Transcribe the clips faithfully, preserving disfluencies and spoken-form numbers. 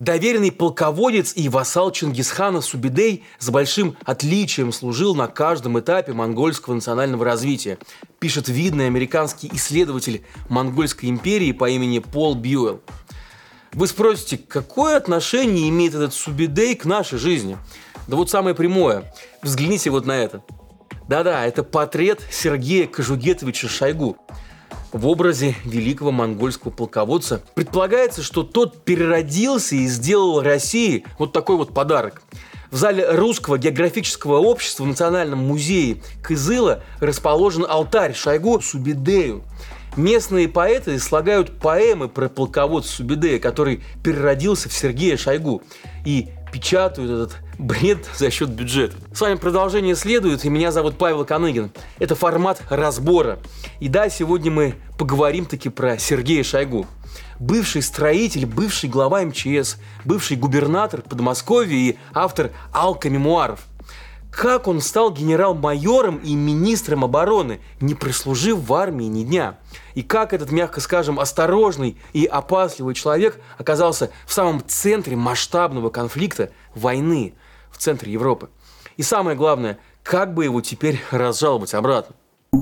Доверенный полководец и вассал Чингисхана Субидей с большим отличием служил на каждом этапе монгольского национального развития, пишет видный американский исследователь Монгольской империи по имени Пол Бьюэлл. Вы спросите, какое отношение имеет этот Субидей к нашей жизни? Да вот самое прямое. Взгляните вот на это. Да-да, это портрет Сергея Кожугетовича Шойгу в образе великого монгольского полководца. Предполагается, что тот переродился и сделал России вот такой вот подарок. В зале Русского географического общества в Национальном музее Кызыла расположен алтарь Шойгу Субидею. Местные поэты слагают поэмы про полководца Субидея, который переродился в Сергея Шойгу, и печатают этот бред за счет бюджета. С вами продолжение следует, и меня зовут Павел Коныгин. Это формат разбора. И да, сегодня мы поговорим таки про Сергея Шойгу. Бывший строитель, бывший глава эм че эс, бывший губернатор Подмосковья и автор алко-мемуаров. Как он стал генерал-майором и министром обороны, не прослужив в армии ни дня? И как этот, мягко скажем, осторожный и опасливый человек оказался в самом центре масштабного конфликта, войны в центре Европы? И самое главное, как бы его теперь разжаловать обратно?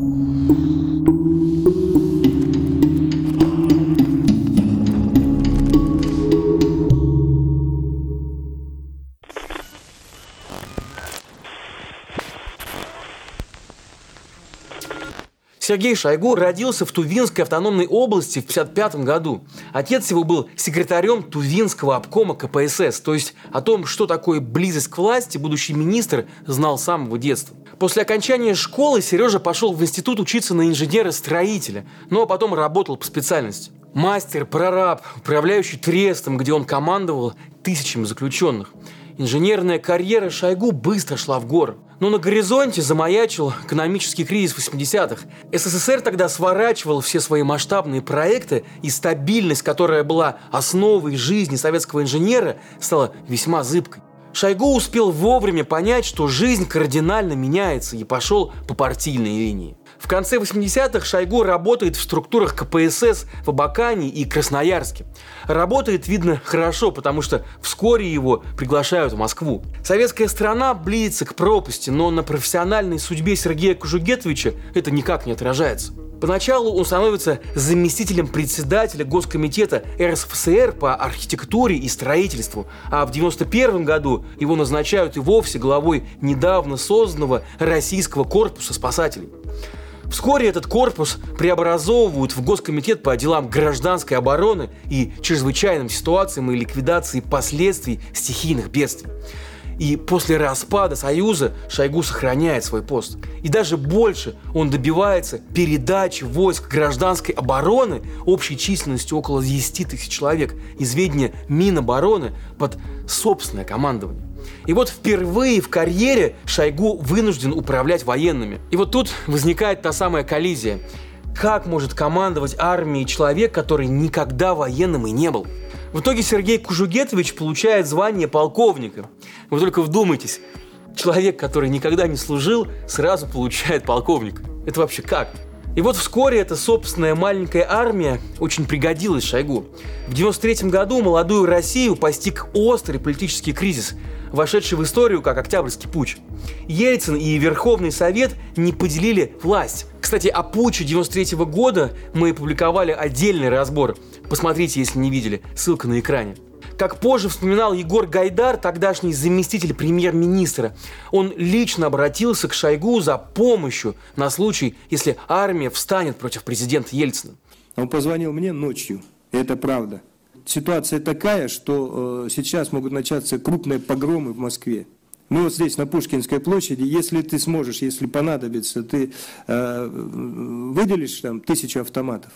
Сергей Шойгу родился в Тувинской автономной области в тысяча девятьсот пятьдесят пятом году. Отец его был секретарем Тувинского обкома ка пэ эс эс, то есть о том, что такое близость к власти, будущий министр знал с самого детства. После окончания школы Сережа пошел в институт учиться на инженера-строителя, но потом работал по специальности. Мастер, прораб, управляющий трестом, где он командовал тысячами заключенных. Инженерная карьера Шойгу быстро шла в гору. Но на горизонте замаячил экономический кризис восьмидесятых. эс эс эс эр тогда сворачивал все свои масштабные проекты, и стабильность, которая была основой жизни советского инженера, стала весьма зыбкой. Шойгу успел вовремя понять, что жизнь кардинально меняется, и пошел по партийной линии. В конце восьмидесятых Шойгу работает в структурах ка пэ эс эс в Абакане и Красноярске. Работает, видно, хорошо, потому что вскоре его приглашают в Москву. Советская страна близится к пропасти, но на профессиональной судьбе Сергея Кожугетовича это никак не отражается. Поначалу он становится заместителем председателя Госкомитета эр эс эф эс эр по архитектуре и строительству, а в девяносто первом году его назначают и вовсе главой недавно созданного Российского корпуса спасателей. Вскоре этот корпус преобразовывают в Госкомитет по делам гражданской обороны и чрезвычайным ситуациям и ликвидации последствий стихийных бедствий. И после распада Союза Шойгу сохраняет свой пост. И даже больше, он добивается передачи войск гражданской обороны общей численностью около десяти тысяч человек из ведения Минобороны под собственное командование. И вот впервые в карьере Шойгу вынужден управлять военными. И вот тут возникает та самая коллизия. Как может командовать армией человек, который никогда военным и не был? В итоге Сергей Кожугетович получает звание полковника. Вы только вдумайтесь, человек, который никогда не служил, сразу получает полковника. Это вообще как? И вот вскоре эта собственная маленькая армия очень пригодилась Шойгу. В девяносто третьем году молодую Россию постиг острый политический кризис, вошедший в историю как Октябрьский путч. Ельцин и Верховный Совет не поделили власть. Кстати, о путче девяносто третьего года мы опубликовали отдельный разбор. Посмотрите, если не видели, ссылка на экране. Как позже вспоминал Егор Гайдар, тогдашний заместитель премьер-министра, он лично обратился к Шойгу за помощью на случай, если армия встанет против президента Ельцина. Он позвонил мне ночью, и это правда. Ситуация такая, что э, сейчас могут начаться крупные погромы в Москве. Мы вот здесь, на Пушкинской площади, если ты сможешь, если понадобится, ты э, выделишь там тысячу автоматов.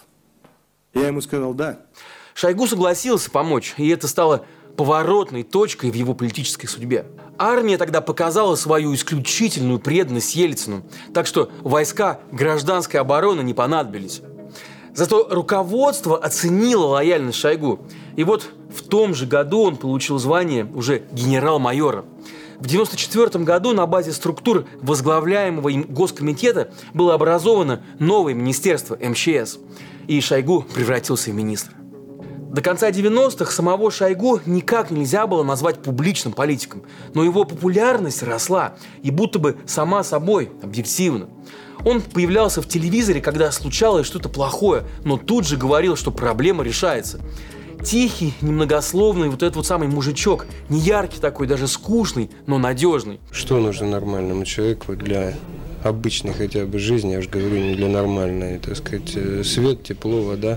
Я ему сказал «да». Шойгу согласился помочь, и это стало поворотной точкой в его политической судьбе. Армия тогда показала свою исключительную преданность Ельцину, так что войска гражданской обороны не понадобились. Зато руководство оценило лояльность Шойгу. И вот в том же году он получил звание уже генерал-майора. В девяносто четвёртом году на базе структур возглавляемого им Госкомитета было образовано новое министерство эм че эс, и Шойгу превратился в министра. До конца девяностых самого Шойгу никак нельзя было назвать публичным политиком, но его популярность росла, и будто бы сама собой, объективно. Он появлялся в телевизоре, когда случалось что-то плохое, но тут же говорил, что проблема решается. Тихий, немногословный вот этот вот самый мужичок, не яркий такой, даже скучный, но надежный. Что нужно нормальному человеку для обычной хотя бы жизни, я уже говорю, не для нормальной, так сказать, свет, тепло, вода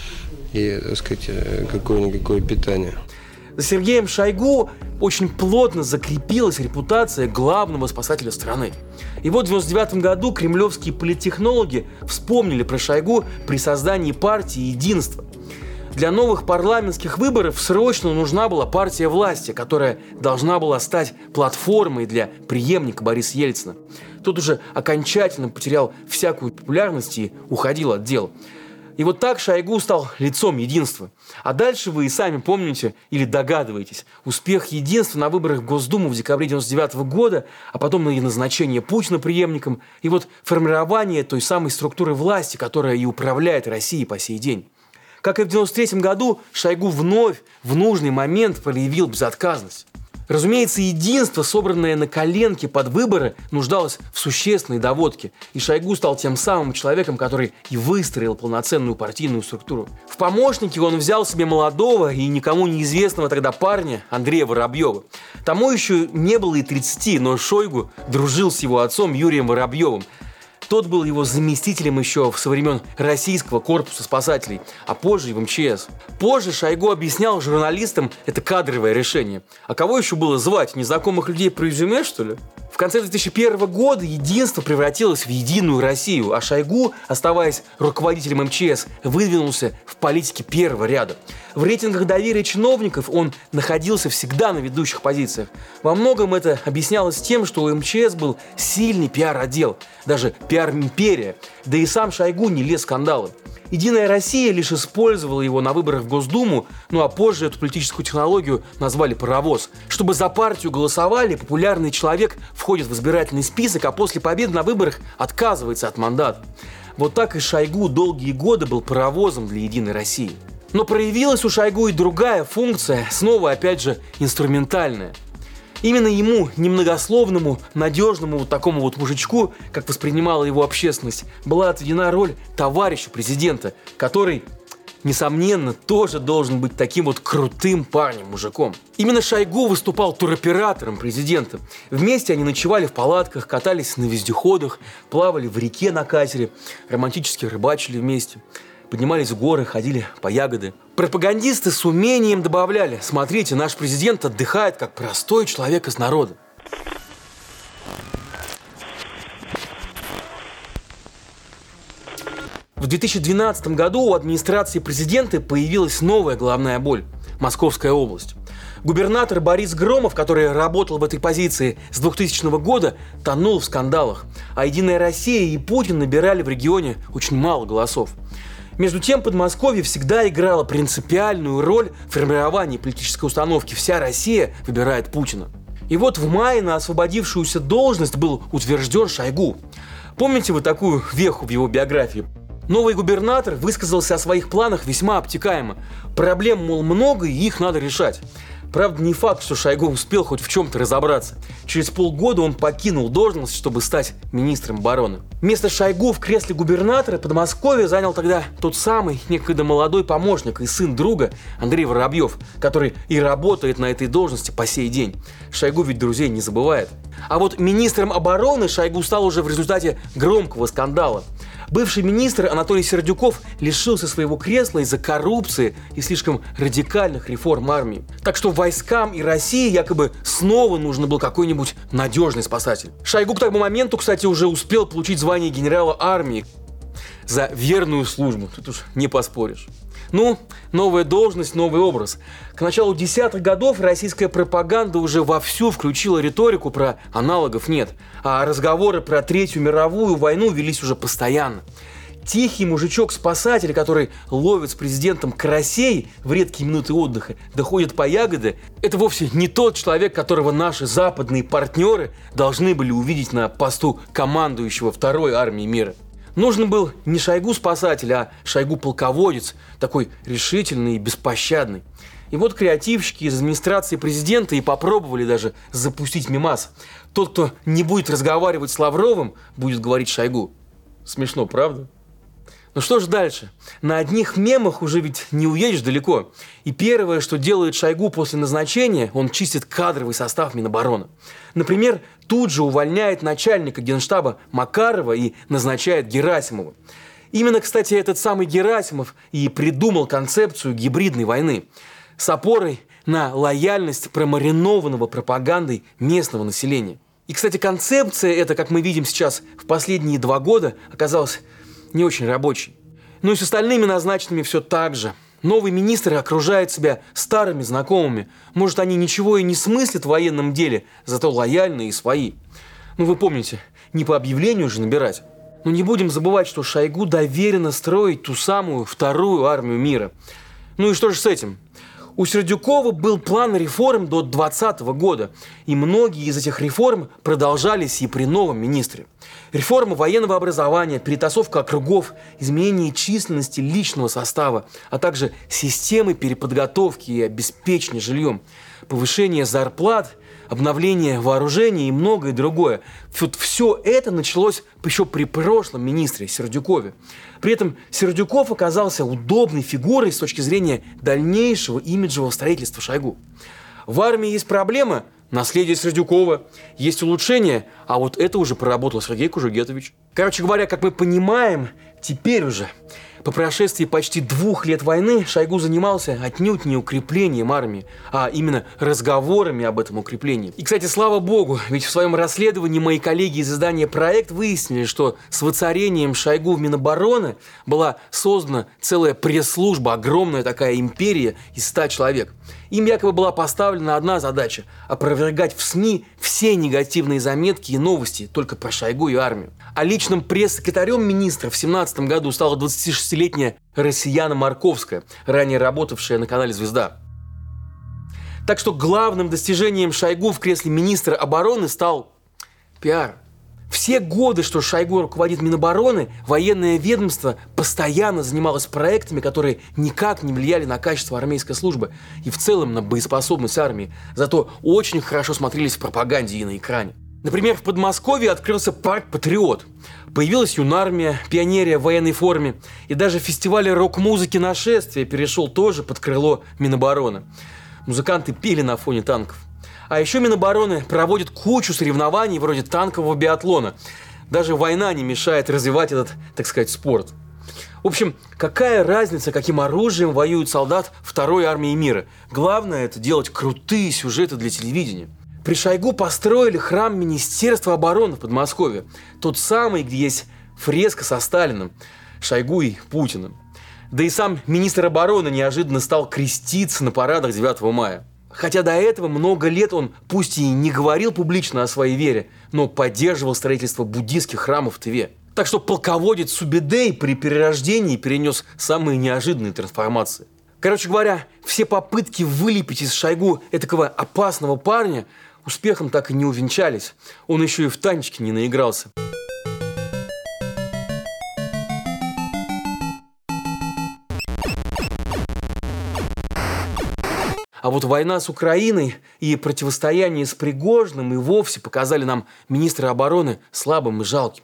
и, так сказать, какое-никакое питание. За Сергеем Шойгу очень плотно закрепилась репутация главного спасателя страны. И вот в девяносто девятом году кремлевские политтехнологи вспомнили про Шойгу при создании партии «Единство». Для новых парламентских выборов срочно нужна была партия власти, которая должна была стать платформой для преемника Бориса Ельцина. Тот уже окончательно потерял всякую популярность и уходил от дел. И вот так Шойгу стал лицом «Единства». А дальше вы и сами помните или догадываетесь. Успех «Единства» на выборах в Госдуму в декабре девяносто девятого года, а потом и назначение Путина преемником, и вот формирование той самой структуры власти, которая и управляет Россией по сей день. Как и в девяносто третьем году, Шойгу вновь в нужный момент проявил безотказность. Разумеется, «Единство», собранное на коленке под выборы, нуждалось в существенной доводке, и Шойгу стал тем самым человеком, который и выстроил полноценную партийную структуру. В помощники он взял себе молодого и никому неизвестного тогда парня Андрея Воробьева. Тому еще не было и тридцати, но Шойгу дружил с его отцом Юрием Воробьевым. Тот был его заместителем еще со времен Российского корпуса спасателей, а позже и в эм че эс. Позже Шойгу объяснял журналистам, это кадровое решение. А кого еще было звать? Незнакомых людей по резюме, что ли? В конце две тысячи первого года «Единство» превратилось в «Единую Россию», а Шойгу, оставаясь руководителем эм че эс, выдвинулся в политике первого ряда. В рейтингах доверия чиновников он находился всегда на ведущих позициях. Во многом это объяснялось тем, что у эм че эс был сильный пиар-отдел, даже пиар-империя, да и сам Шойгу не лез в скандалы. «Единая Россия» лишь использовала его на выборах в Госдуму, ну а позже эту политическую технологию назвали «паровоз». Чтобы за партию голосовали, популярный человек входит в избирательный список, а после победы на выборах отказывается от мандата. Вот так и Шойгу долгие годы был паровозом для «Единой России». Но проявилась у Шойгу и другая функция, снова опять же инструментальная. Именно ему, немногословному, надежному вот такому вот мужичку, как воспринимала его общественность, была отведена роль товарища президента, который, несомненно, тоже должен быть таким вот крутым парнем-мужиком. Именно Шойгу выступал туроператором президента. Вместе они ночевали в палатках, катались на вездеходах, плавали в реке на катере, романтически рыбачили вместе. Поднимались в горы, ходили по ягоды. Пропагандисты с умением добавляли: смотрите, наш президент отдыхает как простой человек из народа. В две тысячи двенадцатом году у администрации президента появилась новая головная боль – Московская область. Губернатор Борис Громов, который работал в этой позиции с двухтысячного года, тонул в скандалах, а «Единая Россия» и Путин набирали в регионе очень мало голосов. Между тем, Подмосковье всегда играло принципиальную роль в формировании политической установки «Вся Россия выбирает Путина». И вот в мае на освободившуюся должность был утвержден Шойгу. Помните вы такую веху в его биографии? Новый губернатор высказался о своих планах весьма обтекаемо. Проблем, мол, много, и их надо решать. Правда, не факт, что Шойгу успел хоть в чем-то разобраться. Через полгода он покинул должность, чтобы стать министром обороны. Место Шойгу в кресле губернатора Подмосковья занял тогда тот самый некогда молодой помощник и сын друга Андрей Воробьев, который и работает на этой должности по сей день. Шойгу ведь друзей не забывает. А вот министром обороны Шойгу стал уже в результате громкого скандала. Бывший министр Анатолий Сердюков лишился своего кресла из-за коррупции и слишком радикальных реформ армии. Так что войскам и России якобы снова нужен был какой-нибудь надежный спасатель. Шойгу к тому моменту, кстати, уже успел получить звание генерала армии за верную службу, тут уж не поспоришь. Ну, новая должность, новый образ. К началу десятых годов российская пропаганда уже вовсю включила риторику про аналогов нет, а разговоры про Третью мировую войну велись уже постоянно. Тихий мужичок-спасатель, который ловит с президентом карасей в редкие минуты отдыха, доходит по ягоды, это вовсе не тот человек, которого наши западные партнеры должны были увидеть на посту командующего второй армией мира. Нужен был не Шойгу-спасатель, а Шойгу-полководец, такой решительный и беспощадный. И вот креативщики из администрации президента и попробовали даже запустить мемас. Тот, кто не будет разговаривать с Лавровым, будет говорить Шойгу. Смешно, правда? Ну что ж дальше? На одних мемах уже ведь не уедешь далеко. И первое, что делает Шойгу после назначения, он чистит кадровый состав Минобороны. Например, тут же увольняет начальника Генштаба Макарова и назначает Герасимова. Именно, кстати, этот самый Герасимов и придумал концепцию гибридной войны с опорой на лояльность промаринованного пропагандой местного населения. И, кстати, концепция эта, как мы видим сейчас, в последние два года оказалась не очень рабочий. Ну и с остальными назначенными все так же. Новый министр окружает себя старыми знакомыми. Может, они ничего и не смыслят в военном деле, зато лояльны и свои. Ну вы помните, не по объявлению же набирать. Но не будем забывать, что Шойгу доверено строить ту самую вторую армию мира. Ну и что же с этим? У Сердюкова был план реформ до двадцатого года, и многие из этих реформ продолжались и при новом министре. Реформа военного образования, перетасовка округов, изменение численности личного состава, а также системы переподготовки и обеспечения жильем, повышение зарплат, обновление вооружений и многое другое. Вот все это началось еще при прошлом министре Сердюкове. При этом Сердюков оказался удобной фигурой с точки зрения дальнейшего имиджевого строительства Шойгу. В армии есть проблема – наследие Сердюкова. Есть улучшения, а вот это уже проработал Сергей Кужугетович. Короче говоря, как мы понимаем, теперь уже, по прошествии почти двух лет войны, Шойгу занимался отнюдь не укреплением армии, а именно разговорами об этом укреплении. И, кстати, слава богу, ведь в своем расследовании мои коллеги из издания «Проект» выяснили, что с воцарением Шойгу в Минобороны была создана целая пресс-служба, огромная такая империя из ста человек. Им якобы была поставлена одна задача – опровергать в СМИ все негативные заметки и новости только про Шойгу и армию. А личным пресс-секретарем министра в семнадцатом году стала двадцатишестилетняя Россияна Марковская, ранее работавшая на канале «Звезда». Так что главным достижением Шойгу в кресле министра обороны стал пиар. Все годы, что Шойгу руководит Минобороны, военное ведомство постоянно занималось проектами, которые никак не влияли на качество армейской службы и в целом на боеспособность армии, зато очень хорошо смотрелись в пропаганде и на экране. Например, в Подмосковье открылся парк «Патриот». Появилась юнармия, пионерия в военной форме, и даже фестиваль рок-музыки «Нашествие» перешел тоже под крыло Минобороны. Музыканты пели на фоне танков. А еще Минобороны проводит кучу соревнований вроде танкового биатлона. Даже война не мешает развивать этот, так сказать, спорт. В общем, какая разница, каким оружием воюет солдат второй армии мира? Главное – это делать крутые сюжеты для телевидения. При Шойгу построили храм Министерства обороны в Подмосковье. Тот самый, где есть фреска со Сталиным, Шойгу и Путиным. Да и сам министр обороны неожиданно стал креститься на парадах девятого мая. Хотя до этого много лет он, пусть и не говорил публично о своей вере, но поддерживал строительство буддийских храмов в Тыве. Так что полководец Субэдэй при перерождении перенес самые неожиданные трансформации. Короче говоря, все попытки вылепить из Шойгу этакого опасного парня успехом так и не увенчались. Он еще и в танчике не наигрался. А вот война с Украиной и противостояние с Пригожиным и вовсе показали нам министра обороны слабым и жалким.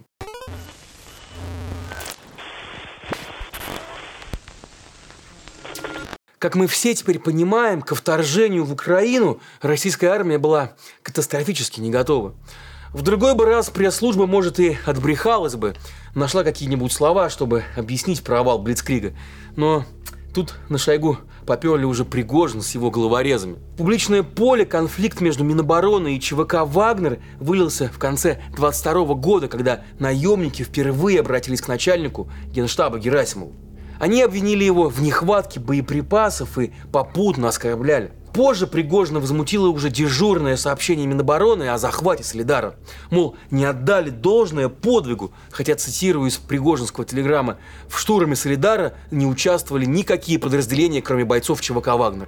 Как мы все теперь понимаем, ко вторжению в Украину российская армия была катастрофически не готова. В другой бы раз пресс-служба, может, и отбрехалась бы, нашла какие-нибудь слова, чтобы объяснить провал Блицкрига. Но тут на Шойгу поперли уже Пригожин с его головорезами. В публичное поле конфликт между Минобороны и ЧВК «Вагнер» вылился в конце двадцать второго года, когда наемники впервые обратились к начальнику Генштаба Герасимову. Они обвинили его в нехватке боеприпасов и попутно оскорбляли. Позже Пригожина возмутило уже дежурное сообщение Минобороны о захвате Солидара. Мол, не отдали должное подвигу, хотя, цитирую из пригожинского телеграмма, в штурме Солидара не участвовали никакие подразделения, кроме бойцов ЧВК «Вагнер».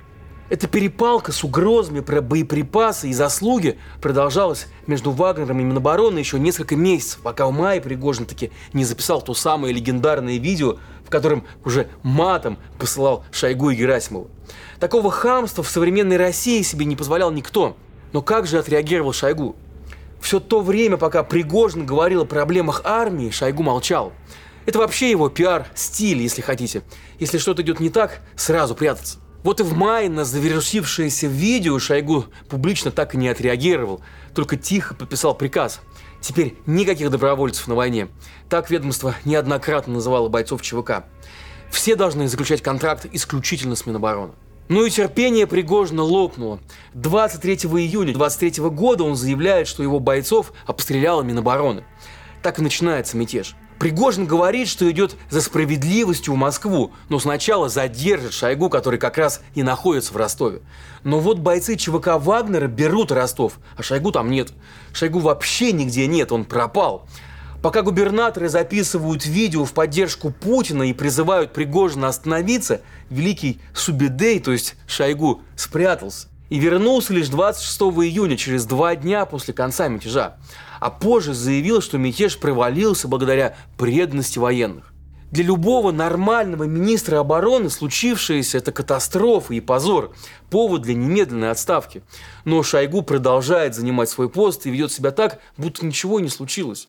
Эта перепалка с угрозами про боеприпасы и заслуги продолжалась между Вагнером и Минобороны еще несколько месяцев, пока в мае Пригожин таки не записал то самое легендарное видео, в котором уже матом посылал Шойгу и Герасимову. Такого хамства в современной России себе не позволял никто. Но как же отреагировал Шойгу? Все то время, пока Пригожин говорил о проблемах армии, Шойгу молчал. Это вообще его пиар-стиль, если хотите. Если что-то идет не так, сразу прятаться. Вот и в мае на завершившееся видео Шойгу публично так и не отреагировал, только тихо подписал приказ. Теперь никаких добровольцев на войне. Так ведомство неоднократно называло бойцов ЧВК. Все должны заключать контракт исключительно с Минобороны. Ну и терпение Пригожина лопнуло. двадцать третьего июня двадцать третьего года он заявляет, что его бойцов обстреляла Минобороны. Так и начинается мятеж. Пригожин говорит, что идет за справедливостью в Москву, но сначала задержит Шойгу, который как раз и находится в Ростове. Но вот бойцы ЧВК Вагнера берут Ростов, а Шойгу там нет. Шойгу вообще нигде нет, он пропал. Пока губернаторы записывают видео в поддержку Путина и призывают Пригожина остановиться, великий Субедей, то есть Шойгу, спрятался. И вернулся лишь двадцать шестого июня, через два дня после конца мятежа. А позже заявил, что мятеж провалился благодаря преданности военных. Для любого нормального министра обороны случившееся – это катастрофа и позор, повод для немедленной отставки. Но Шойгу продолжает занимать свой пост и ведет себя так, будто ничего не случилось.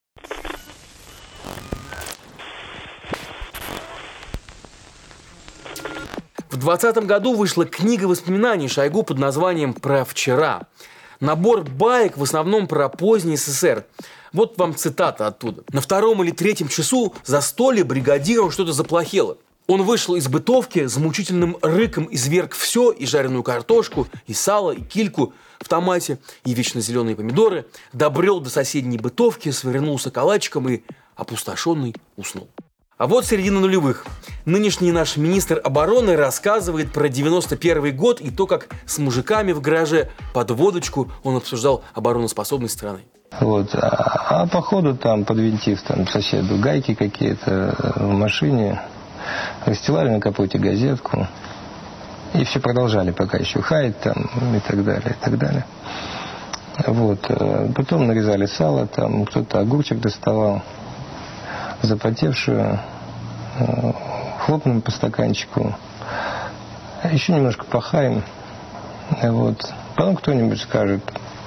В двадцатом году вышла книга воспоминаний Шойгу под названием «Про вчера». Набор баек в основном про поздний СССР. Вот вам цитата оттуда. «На втором или третьем часу застолье бригадиром что-то заплохело. Он вышел из бытовки, с мучительным рыком изверг все, и жареную картошку, и сало, и кильку в томате, и вечно зеленые помидоры, добрел до соседней бытовки, свернулся калачиком и, опустошенный, уснул». А вот середина нулевых. Нынешний наш министр обороны рассказывает про девяносто первый год и то, как с мужиками в гараже под водочку он обсуждал обороноспособность страны. Вот. А, а по ходу там, подвинтив там соседу гайки какие-то в машине, расстилали на капоте газетку и все продолжали пока еще хаять там и так далее, и так далее. Вот. Потом нарезали сало, там кто-то огурчик доставал, запотевшую, хлопнем по стаканчику, еще немножко пахаем, вот. Потом кто-нибудь скажет: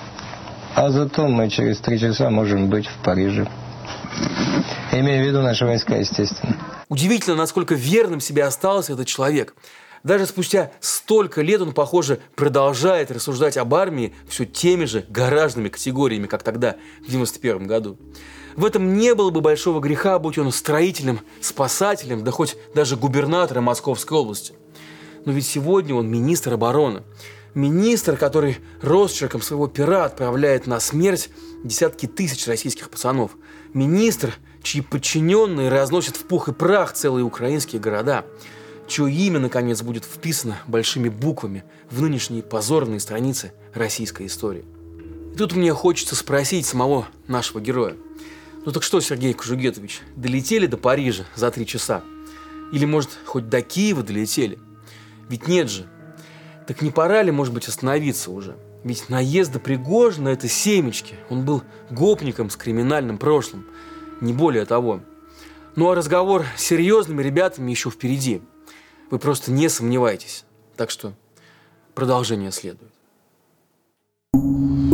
а зато мы через три часа можем быть в Париже. Имея в виду наши войска, естественно. Удивительно, насколько верным себе остался этот человек. Даже спустя столько лет он, похоже, продолжает рассуждать об армии все теми же гаражными категориями, как тогда, в девяносто первом году. В этом не было бы большого греха, будь он строителем, спасателем, да хоть даже губернатором Московской области. Но ведь сегодня он министр обороны. Министр, который росчерком своего пера отправляет на смерть десятки тысяч российских пацанов. Министр, чьи подчиненные разносят в пух и прах целые украинские города. Чье имя, наконец, будет вписано большими буквами в нынешние позорные страницы российской истории. И тут мне хочется спросить самого нашего героя. Ну так что, Сергей Кожугетович, долетели до Парижа за три часа? Или, может, хоть до Киева долетели? Ведь нет же. Так не пора ли, может быть, остановиться уже? Ведь наезды Пригожина – это семечки. Он был гопником с криминальным прошлым. Не более того. Ну а разговор с серьезными ребятами еще впереди. Вы просто не сомневайтесь. Так что продолжение следует.